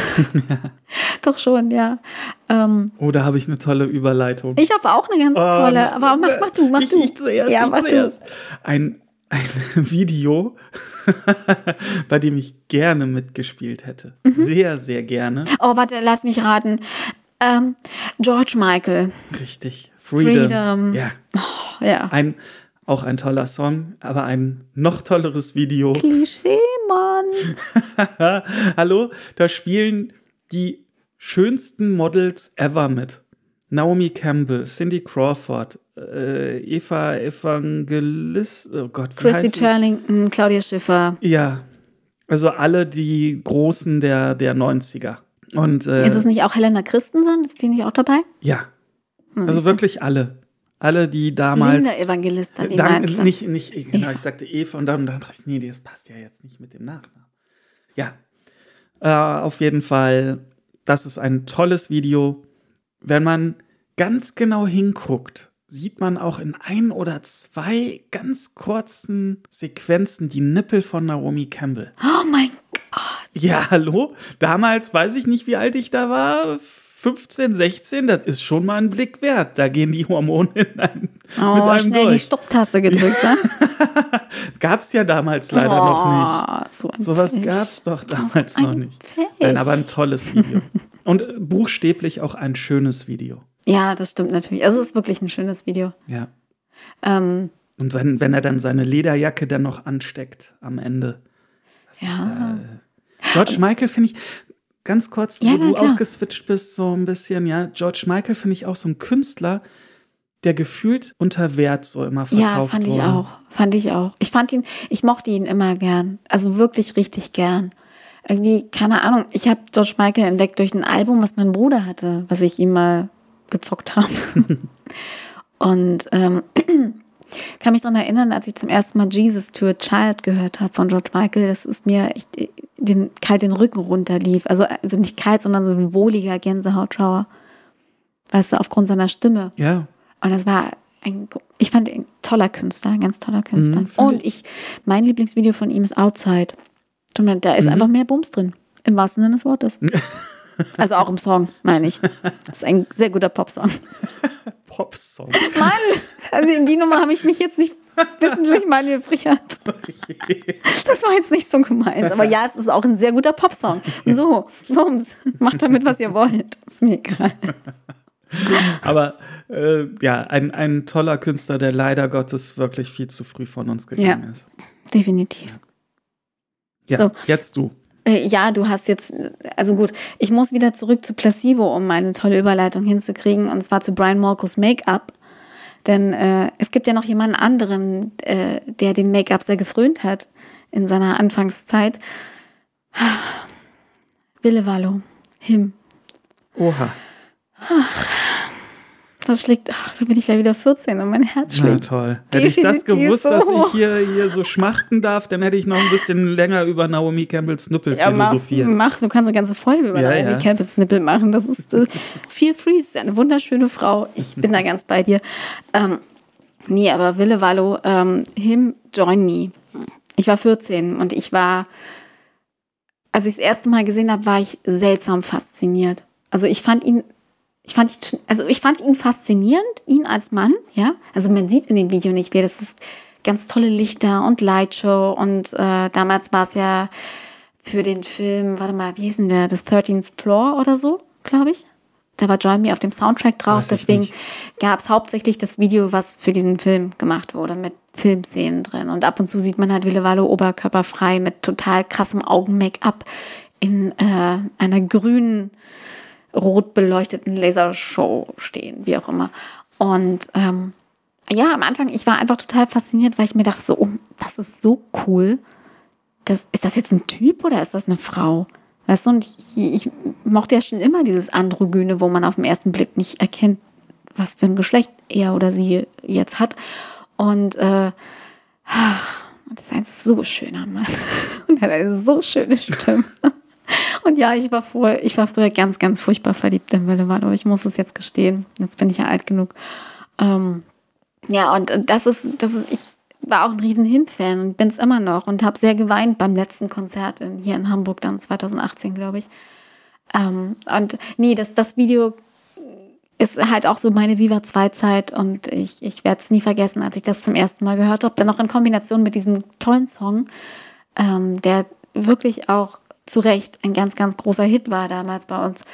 Doch schon, ja. Oder habe ich eine tolle Überleitung? Ich habe auch eine ganz tolle, aber mach du. Ich zuerst, ja, ich zuerst. Ein Video, bei dem ich gerne mitgespielt hätte. Sehr, sehr gerne. Oh, warte, lass mich raten. George Michael. Richtig. Freedom. Ja. Oh, ja. Auch ein toller Song, aber ein noch tolleres Video. Klischee, Mann. Hallo, da spielen die schönsten Models ever mit. Naomi Campbell, Cindy Crawford, Eva Evangelist, oh Gott, wie Christy heißt sie? Turlington, Claudia Schiffer. Ja, also alle die Großen der 90er. Und, Ist es nicht auch Helena Christensen? Ist die nicht auch dabei? Ja, Na, also siehst du? wirklich alle. Alle, die damals... Linda Evangelista, die meinst du? Nicht, genau, ich sagte Eva und dann dachte ich, nee, das passt ja jetzt nicht mit dem Nachnamen. Ja, auf jeden Fall, das ist ein tolles Video. Wenn man ganz genau hinguckt, sieht man auch in 1 oder 2 ganz kurzen Sequenzen die Nippel von Naomi Campbell. Oh mein Gott. Ja, hallo? Damals weiß ich nicht, wie alt ich da war. 15, 16, das ist schon mal ein Blick wert. Da gehen die Hormone mit einem schnell durch. Die Stopptaste gedrückt, ne? Gab's ja damals leider noch nicht. Sowas Pech. gab's doch damals noch nicht. Nein, aber ein tolles Video. Und buchstäblich auch ein schönes Video. Ja, das stimmt natürlich. Also es ist wirklich ein schönes Video. Ja. Und wenn er dann seine Lederjacke dann noch ansteckt am Ende. Das ist, George Michael finde ich, ganz kurz, wo du auch geswitcht bist, so ein bisschen, ja. George Michael finde ich auch so ein Künstler, der gefühlt unter Wert so immer verkauft wurde. Ja, fand ich auch. Ich mochte ihn immer gern. Also wirklich richtig gern. Irgendwie, keine Ahnung, ich habe George Michael entdeckt durch ein Album, was mein Bruder hatte, was ich ihm mal gezockt habe. Und kann mich daran erinnern, als ich zum ersten Mal Jesus to a Child gehört habe von George Michael, das ist mir kalt den Rücken runterlief. Also nicht kalt, sondern so ein wohliger Gänsehautschauer. Weißt du, aufgrund seiner Stimme. Ja. Und das war ich fand ihn ein toller Künstler, ein ganz toller Künstler. Und mein Lieblingsvideo von ihm ist Outside. Da ist einfach mehr Bums drin. Im wahrsten Sinne des Wortes. Also auch im Song, meine ich. Das ist ein sehr guter Popsong. Popsong. Mann, also in die Nummer habe ich mich jetzt nicht wissentlich manövriert. Das war jetzt nicht so gemeint. Aber ja, es ist auch ein sehr guter Popsong. So, Bums, macht damit, was ihr wollt. Ist mir egal. Aber ein toller Künstler, der leider Gottes wirklich viel zu früh von uns gegangen ist. Definitiv. Ja, so. Jetzt du. Ja, du hast jetzt, also gut, ich muss wieder zurück zu Placebo, um eine tolle Überleitung hinzukriegen, und zwar zu Brian Molko's Make-up. Denn es gibt ja noch jemanden anderen, der dem Make-up sehr gefrönt hat in seiner Anfangszeit. Ville Valo, Him. Oha. Ach, da bin ich gleich wieder 14 und mein Herz schlägt. Na toll. Hätte ich das gewusst, so. Dass ich hier so schmachten darf, dann hätte ich noch ein bisschen länger über Naomi Campbells Nippel philosophiert. Du kannst eine ganze Folge über Naomi Campbells Nippel machen. Das ist Feel Free, ist eine wunderschöne Frau. Ich bin da ganz bei dir. Nee, aber Ville Valo, Him, Join Me. Ich war 14 und als ich das erste Mal gesehen habe, war ich seltsam fasziniert. Also ich fand ihn faszinierend, ihn als Mann, ja. Also man sieht in dem Video nicht, das ist ganz tolle Lichter und Lightshow und damals war es ja für den Film, wie hieß denn der, The 13th Floor oder so, glaube ich. Da war Join Me auf dem Soundtrack drauf, deswegen gab es hauptsächlich das Video, was für diesen Film gemacht wurde, mit Filmszenen drin. Und ab und zu sieht man halt Ville Valo oberkörperfrei mit total krassem Augen-Make-up in einer grünen, rot beleuchteten Lasershow stehen, wie auch immer. Und am Anfang, ich war einfach total fasziniert, weil ich mir dachte so, oh, das ist so cool. Ist das jetzt ein Typ oder ist das eine Frau? Weißt du, und ich mochte ja schon immer dieses Androgyne, wo man auf den ersten Blick nicht erkennt, was für ein Geschlecht er oder sie jetzt hat. Und das ist ein so schöner Mann. Und er hat eine so schöne Stimme. Und ja, ich war früher ganz, ganz furchtbar verliebt in Ville Valo. Ich muss es jetzt gestehen. Jetzt bin ich ja alt genug. Und ich war auch ein riesen Him-Fan und bin es immer noch und habe sehr geweint beim letzten Konzert hier in Hamburg, dann 2018, glaube ich. Das Video ist halt auch so meine Viva 2-Zeit und ich werde es nie vergessen, als ich das zum ersten Mal gehört habe. Dann noch in Kombination mit diesem tollen Song, der wirklich auch zu Recht ein ganz, ganz großer Hit war damals bei uns.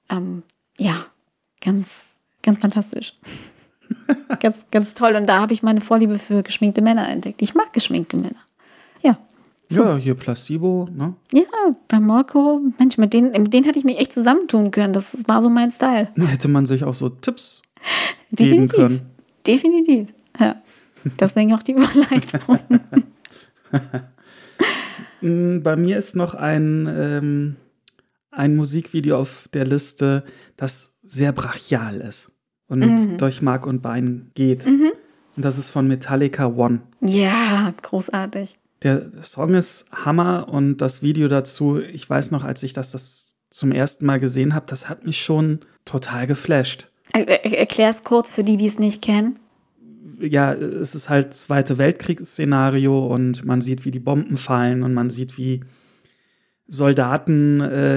Ganz, ganz fantastisch. Ganz, ganz toll. Und da habe ich meine Vorliebe für geschminkte Männer entdeckt. Ich mag geschminkte Männer. Ja. So. Ja, hier Placebo, ne? Ja, bei Molko, Mensch, mit denen hätte ich mich echt zusammentun können. Das war so mein Style. Hätte man sich auch so Tipps geben können. Definitiv. Ja. Deswegen auch die Überleitung. Bei mir ist noch ein Musikvideo auf der Liste, das sehr brachial ist und durch Mark und Bein geht. Und das ist von Metallica One. Ja, großartig. Der Song ist Hammer und das Video dazu, ich weiß noch, als ich das zum ersten Mal gesehen habe, das hat mich schon total geflasht. Erklär es kurz für die, die es nicht kennen. Ja, es ist halt Zweite Weltkriegsszenario und man sieht, wie die Bomben fallen und man sieht, wie Soldaten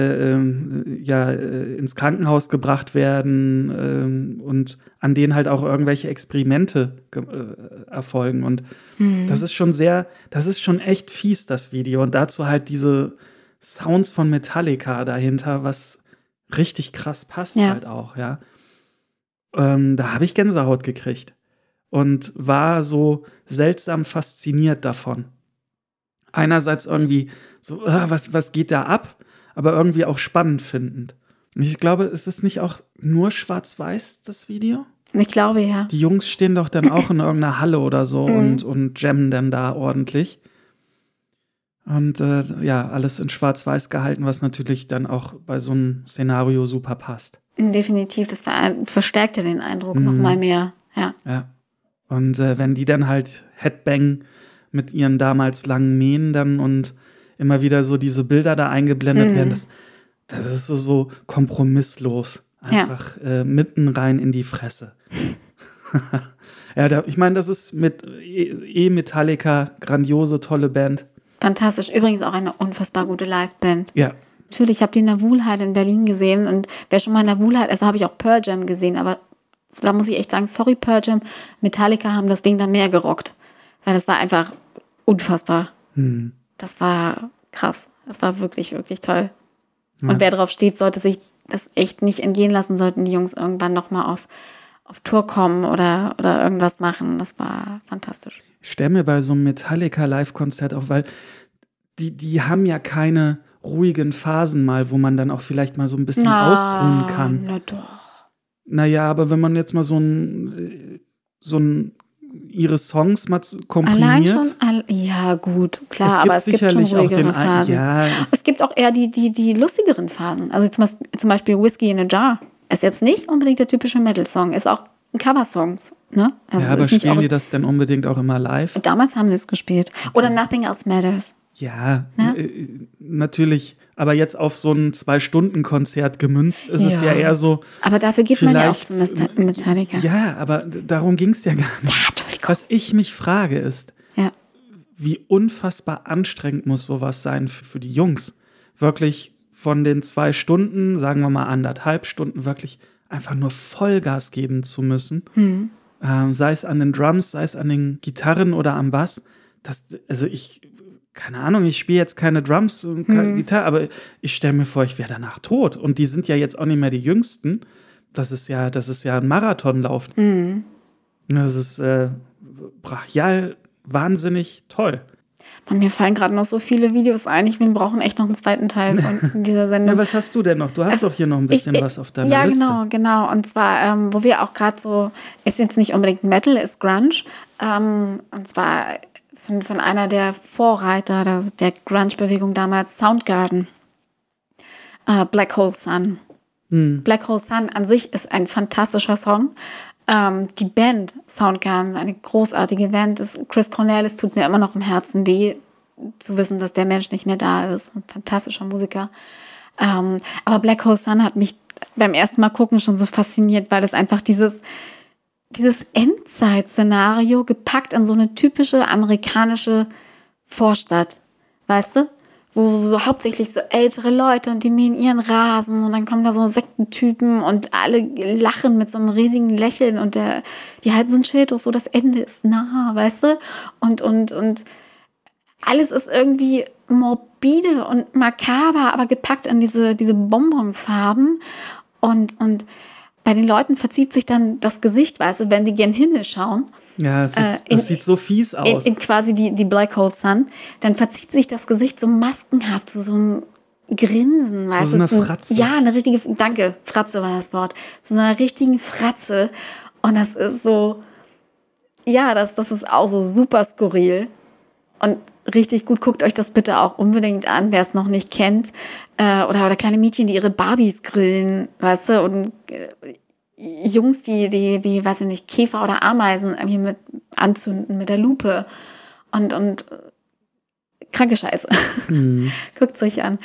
ins Krankenhaus gebracht werden und an denen halt auch irgendwelche Experimente erfolgen. Und das ist schon echt fies, das Video. Und dazu halt diese Sounds von Metallica dahinter, was richtig krass passt halt auch, ja. Da habe ich Gänsehaut gekriegt und war so seltsam fasziniert davon. Einerseits irgendwie so, was geht da ab, aber irgendwie auch spannend findend. Und ich glaube, ist es nicht auch nur schwarz-weiß, das Video? Ich glaube, ja. Die Jungs stehen doch dann auch in irgendeiner Halle oder so und jammen dann da ordentlich. Und alles in schwarz-weiß gehalten, was natürlich dann auch bei so einem Szenario super passt. Definitiv, das verstärkte den Eindruck noch mal mehr, ja. Ja. Und wenn die dann halt Headbang mit ihren damals langen Mähnen dann und immer wieder so diese Bilder da eingeblendet werden, das ist so kompromisslos. Einfach mitten rein in die Fresse. Ich meine, das ist mit Metallica, grandiose, tolle Band. Fantastisch. Übrigens auch eine unfassbar gute Liveband. Ja. Natürlich, ich habe die in der Wuhlheide in Berlin gesehen und wer schon mal in der Wuhlheide, also habe ich auch Pearl Jam gesehen, aber da muss ich echt sagen, sorry Pearl Jam, Metallica haben das Ding da mehr gerockt. Weil das war einfach unfassbar. Das war krass. Das war wirklich, wirklich toll. Ja. Und wer drauf steht, sollte sich das echt nicht entgehen lassen, sollten die Jungs irgendwann nochmal auf Tour kommen oder irgendwas machen. Das war fantastisch. Ich stelle mir bei so einem Metallica-Live-Konzert auch, weil die haben ja keine ruhigen Phasen mal, wo man dann auch vielleicht mal so ein bisschen ausruhen kann. Na doch. Naja, aber wenn man jetzt mal so ein ihre Songs mal komprimiert. Allein schon? Ja, gut, klar, aber es gibt schon ruhigere Phasen. Es gibt auch eher die lustigeren Phasen. Also zum Beispiel Whiskey in a Jar ist jetzt nicht unbedingt der typische Metal-Song, ist auch ein Coversong. Ne? Also aber spielen die das denn unbedingt auch immer live? Damals haben sie es gespielt. Okay. Oder Nothing Else Matters. Ja, natürlich. Aber jetzt auf so ein 2-Stunden-Konzert gemünzt ist es ja eher so. Aber dafür geht man ja auch zu Metallica. Ja, aber darum ging es ja gar nicht. Ja, Entschuldigung. Was ich mich frage ist, wie unfassbar anstrengend muss sowas sein für die Jungs. Wirklich von den 2 Stunden, sagen wir mal 1,5 Stunden, wirklich einfach nur Vollgas geben zu müssen. Sei es an den Drums, sei es an den Gitarren oder am Bass. Keine Ahnung, ich spiele jetzt keine Drums und keine Gitarre, aber ich stelle mir vor, ich wäre danach tot. Und die sind ja jetzt auch nicht mehr die Jüngsten. Das ist ja ein Marathonlauf. Das ist brachial, wahnsinnig toll. Und mir fallen gerade noch so viele Videos ein. Wir brauchen echt noch einen zweiten Teil von dieser Sendung. Ja, was hast du denn noch? Du hast doch hier noch ein bisschen was auf deiner Liste. Ja, genau. Und zwar, wo wir auch gerade so, ist jetzt nicht unbedingt Metal, ist Grunge. Und zwar von einer der Vorreiter der Grunge-Bewegung damals, Soundgarden. Black Hole Sun. Black Hole Sun an sich ist ein fantastischer Song. Die Band Soundgarden, eine großartige Band. Chris Cornell, tut mir immer noch im Herzen weh, zu wissen, dass der Mensch nicht mehr da ist. Ein fantastischer Musiker. Aber Black Hole Sun hat mich beim ersten Mal gucken schon so fasziniert, weil es einfach dieses Endzeit-Szenario gepackt in so eine typische amerikanische Vorstadt, weißt du? Wo so hauptsächlich so ältere Leute und die mähen ihren Rasen und dann kommen da so Sektentypen und alle lachen mit so einem riesigen Lächeln und die halten so ein Schild hoch, so das Ende ist nah, weißt du? Und alles ist irgendwie morbide und makaber, aber gepackt in diese Bonbonfarben und bei den Leuten verzieht sich dann das Gesicht, weißt du, wenn die gen Himmel schauen. Ja, das sieht so fies aus. In quasi die Black Hole Sun. Dann verzieht sich das Gesicht so maskenhaft zu so einem Grinsen, weißt du? So eine Fratze. Ja, eine richtige, danke, Fratze war das Wort. Zu so einer richtigen Fratze. Und das ist so, ja, das ist auch so super skurril. Und richtig gut, guckt euch das bitte auch unbedingt an, wer es noch nicht kennt. Oder kleine Mädchen, die ihre Barbies grillen, weißt du, und Jungs, die, weiß ich nicht, Käfer oder Ameisen irgendwie mit anzünden mit der Lupe. Und kranke Scheiße. Guckt es euch an.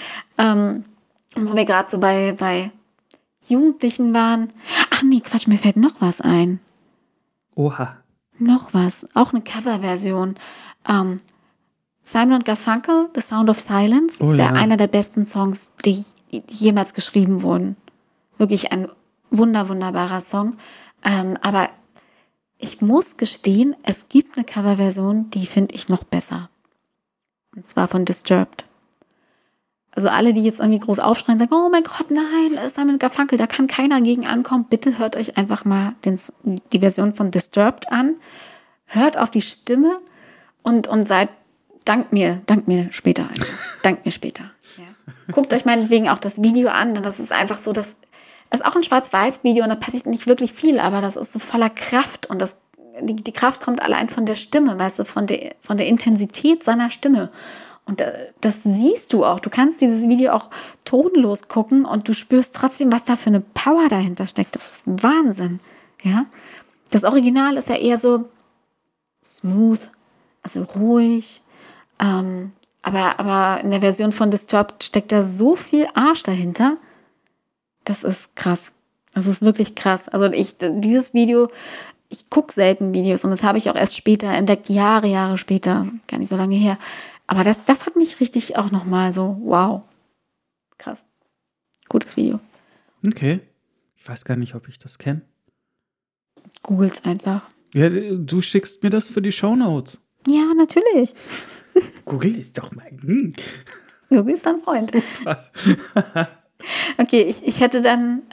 Wo wir gerade so bei Jugendlichen waren. Ach nee, Quatsch, mir fällt noch was ein. Oha. Noch was. Auch eine Coverversion. Simon & Garfunkel, The Sound of Silence, ist ja einer der besten Songs, die jemals geschrieben wurden. Wirklich ein wunderbarer Song. Aber ich muss gestehen, es gibt eine Coverversion, die finde ich noch besser. Und zwar von Disturbed. Also alle, die jetzt irgendwie groß aufschreien, sagen, oh mein Gott, nein, Simon & Garfunkel, da kann keiner gegen ankommen. Bitte hört euch einfach mal die Version von Disturbed an. Hört auf die Stimme und seid, dankt mir später. Dankt mir später. Ja. Guckt euch meinetwegen auch das Video an. Das ist einfach so, das ist auch ein Schwarz-Weiß-Video und da passiert nicht wirklich viel, aber das ist so voller Kraft und die Kraft kommt allein von der Stimme, weißt du, von der Intensität seiner Stimme. Und das siehst du auch. Du kannst dieses Video auch tonlos gucken und du spürst trotzdem, was da für eine Power dahinter steckt. Das ist Wahnsinn. Ja? Das Original ist ja eher so smooth, also ruhig. Aber in der Version von Disturbed steckt da so viel Arsch dahinter. Das ist krass. Das ist wirklich krass. Also dieses Video, ich gucke selten Videos und das habe ich auch erst später entdeckt, Jahre später, gar nicht so lange her. Aber das hat mich richtig auch nochmal so, wow, krass. Gutes Video. Okay. Ich weiß gar nicht, ob ich das kenne. Googles einfach. Ja, du schickst mir das für die Shownotes. Ja, natürlich. Google ist doch mal. Google ist dein Freund. Super. Okay, ich hätte dann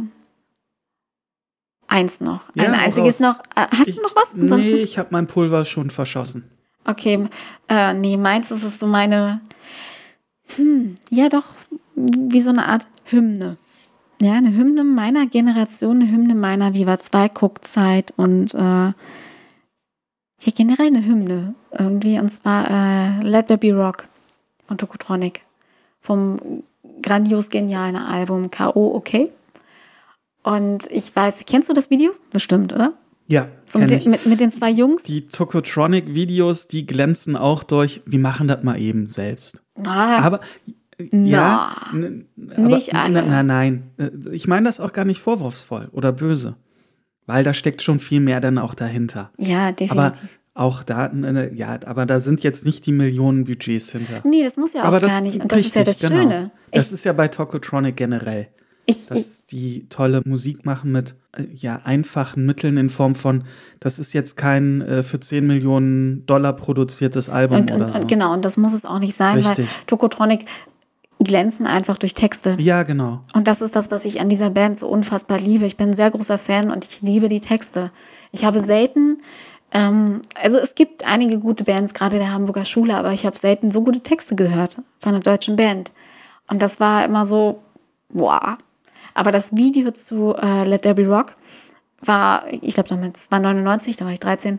eins noch. Ja, ein einziges noch. Hast du noch was? Nee, ich habe mein Pulver schon verschossen. Okay, nee, meins ist es so meine, ja doch, wie so eine Art Hymne. Ja, eine Hymne meiner Generation, eine Hymne meiner Viva 2 Guckzeit und ja, generell eine Hymne irgendwie. Und zwar Let There Be Rock von Tokotronic. Vom grandios genialen Album K.O. Okay. Und ich weiß, kennst du das Video? Bestimmt, oder? Ja, so mit den zwei Jungs. Die Tokotronic-Videos, die glänzen auch durch, wir machen das mal eben selbst. Aber ja, nicht alle. Nein. Ich meine das auch gar nicht vorwurfsvoll oder böse. Weil da steckt schon viel mehr dann auch dahinter. Ja, definitiv. Aber auch da, ja, aber da sind jetzt nicht die Millionen Budgets hinter. Nee, das muss ja auch gar nicht. Und das ist ja das Schöne. Genau. Das ist ja bei Tokotronic generell. Dass die tolle Musik machen mit einfachen Mitteln in Form von, das ist jetzt kein für 10 Millionen $10 produziertes Album oder so. Genau, und das muss es auch nicht sein, Richtig. Weil Tokotronic glänzen einfach durch Texte. Ja, genau. Und das ist das, was ich an dieser Band so unfassbar liebe. Ich bin ein sehr großer Fan und ich liebe die Texte. Ich habe selten, also es gibt einige gute Bands, gerade der Hamburger Schule, aber ich habe selten so gute Texte gehört von einer deutschen Band. Und das war immer so, wow. Aber das Video zu Let There Be Rock war, ich glaube damals, war 99, da war ich 13,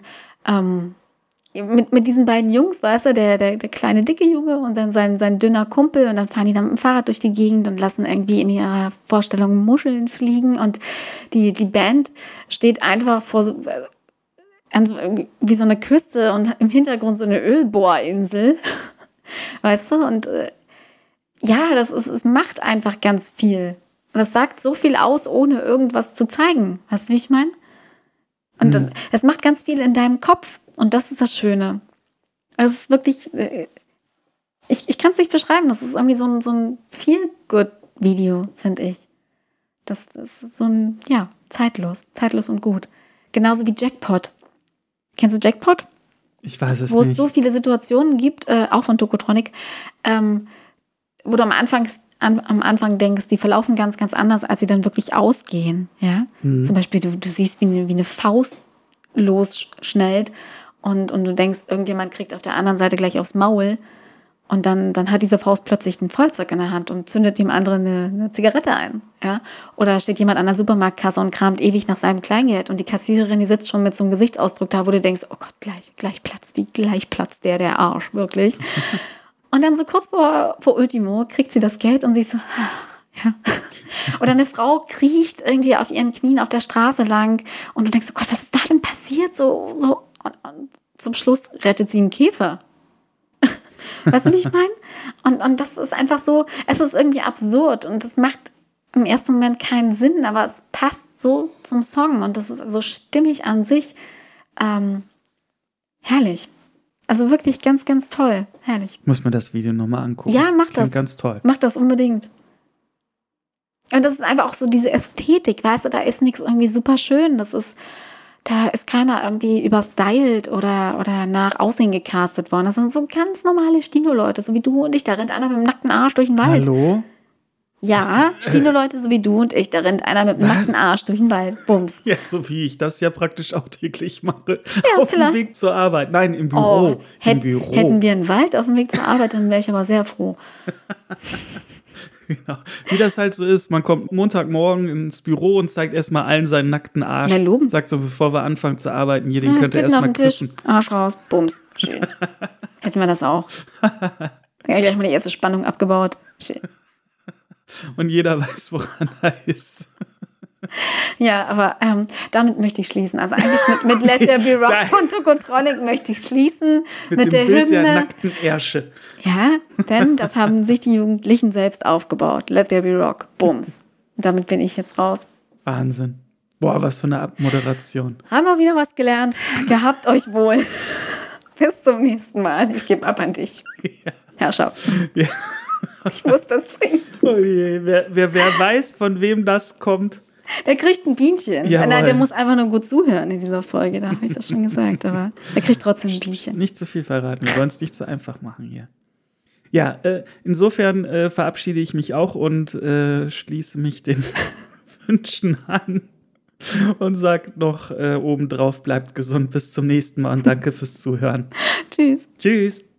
mit diesen beiden Jungs, weißt du, der kleine, dicke Junge und dann sein dünner Kumpel und dann fahren die dann mit dem Fahrrad durch die Gegend und lassen irgendwie in ihrer Vorstellung Muscheln fliegen und die Band steht einfach vor so, wie so eine Küste und im Hintergrund so eine Ölbohrinsel, weißt du, und ja, es macht einfach ganz viel. Das sagt so viel aus, ohne irgendwas zu zeigen. Weißt du, wie ich meine? Und es macht ganz viel in deinem Kopf. Und das ist das Schöne. Es ist wirklich, ich kann es nicht beschreiben. Das ist irgendwie so ein Feel-Good-Video, finde ich. Das ist so ein, ja, zeitlos und gut. Genauso wie Jackpot. Kennst du Jackpot? Ich weiß es nicht. Wo es so viele Situationen gibt, auch von Tokotronic, wo du am Anfang denkst, die verlaufen ganz, ganz anders, als sie dann wirklich ausgehen. Ja? Zum Beispiel, du siehst, wie eine Faust losschnellt und du denkst, irgendjemand kriegt auf der anderen Seite gleich aufs Maul und dann hat diese Faust plötzlich ein Feuerzeug in der Hand und zündet dem anderen eine Zigarette ein. Ja? Oder steht jemand an der Supermarktkasse und kramt ewig nach seinem Kleingeld und die Kassiererin, die sitzt schon mit so einem Gesichtsausdruck da, wo du denkst, oh Gott, gleich platzt der Arsch, wirklich. Und dann so kurz vor Ultimo kriegt sie das Geld und sie so, ja. Oder eine Frau kriecht irgendwie auf ihren Knien auf der Straße lang und du denkst, oh Gott, was ist da denn passiert? Und zum Schluss rettet sie einen Käfer. Weißt du, wie ich meine? Und das ist einfach so, es ist irgendwie absurd und das macht im ersten Moment keinen Sinn, aber es passt so zum Song und das ist so stimmig an sich. Herrlich. Also wirklich ganz, ganz toll. Herrlich. Muss mir das Video nochmal angucken. Ja, mach Klingt das. ganz toll. Mach das unbedingt. Und das ist einfach auch so diese Ästhetik, weißt du, da ist nichts irgendwie super schön. Da ist keiner irgendwie überstylt oder nach Aussehen gecastet worden. Das sind so ganz normale Stino-Leute, so wie du und ich. Da rennt einer mit dem nackten Arsch durch den Wald. Hallo? Ja, Stino-Leute, so wie du und ich. Da rennt einer mit dem nackten Arsch durch den Wald. Bums. Ja, so wie ich das ja praktisch auch täglich mache. Ja, auf dem Weg zur Arbeit. Nein, im Büro. Im Büro. Hätten wir einen Wald auf dem Weg zur Arbeit, dann wäre ich aber sehr froh. Genau. Wie das halt so ist, man kommt Montagmorgen ins Büro und zeigt erstmal allen seinen nackten Arsch. Na, loben. Sagt so, bevor wir anfangen zu arbeiten, hier, den könnt ihr Titten auf erstmal den Tisch, küssen. Arsch raus, Bums. Schön. Hätten wir das auch. Ja, gleich mal die erste Spannung abgebaut. Schön. Und jeder weiß, woran er ist. Ja, aber damit möchte ich schließen. Also eigentlich mit Let There Be Rock von Tokotronic möchte ich schließen. Mit der Bild Hymne. der nackten Ärsche. Ja, denn das haben sich die Jugendlichen selbst aufgebaut. Let There Be Rock. Bums. Und damit bin ich jetzt raus. Wahnsinn. Boah, was für eine Abmoderation. Haben wir wieder was gelernt. Gehabt euch wohl. Bis zum nächsten Mal. Ich gebe ab an dich. Ja. Herrschaft. Ja. Ich muss das bringen. Oh je, wer weiß, von wem das kommt. Der kriegt ein Bienchen. Jawohl. Nein, der muss einfach nur gut zuhören in dieser Folge. Da habe ich es ja schon gesagt. Aber der kriegt trotzdem ein Bienchen. Nicht zu viel verraten. Wir wollen es nicht zu einfach machen hier. Ja, insofern verabschiede ich mich auch und schließe mich den Wünschen an und sage noch obendrauf, bleibt gesund, bis zum nächsten Mal und danke fürs Zuhören. Tschüss. Tschüss.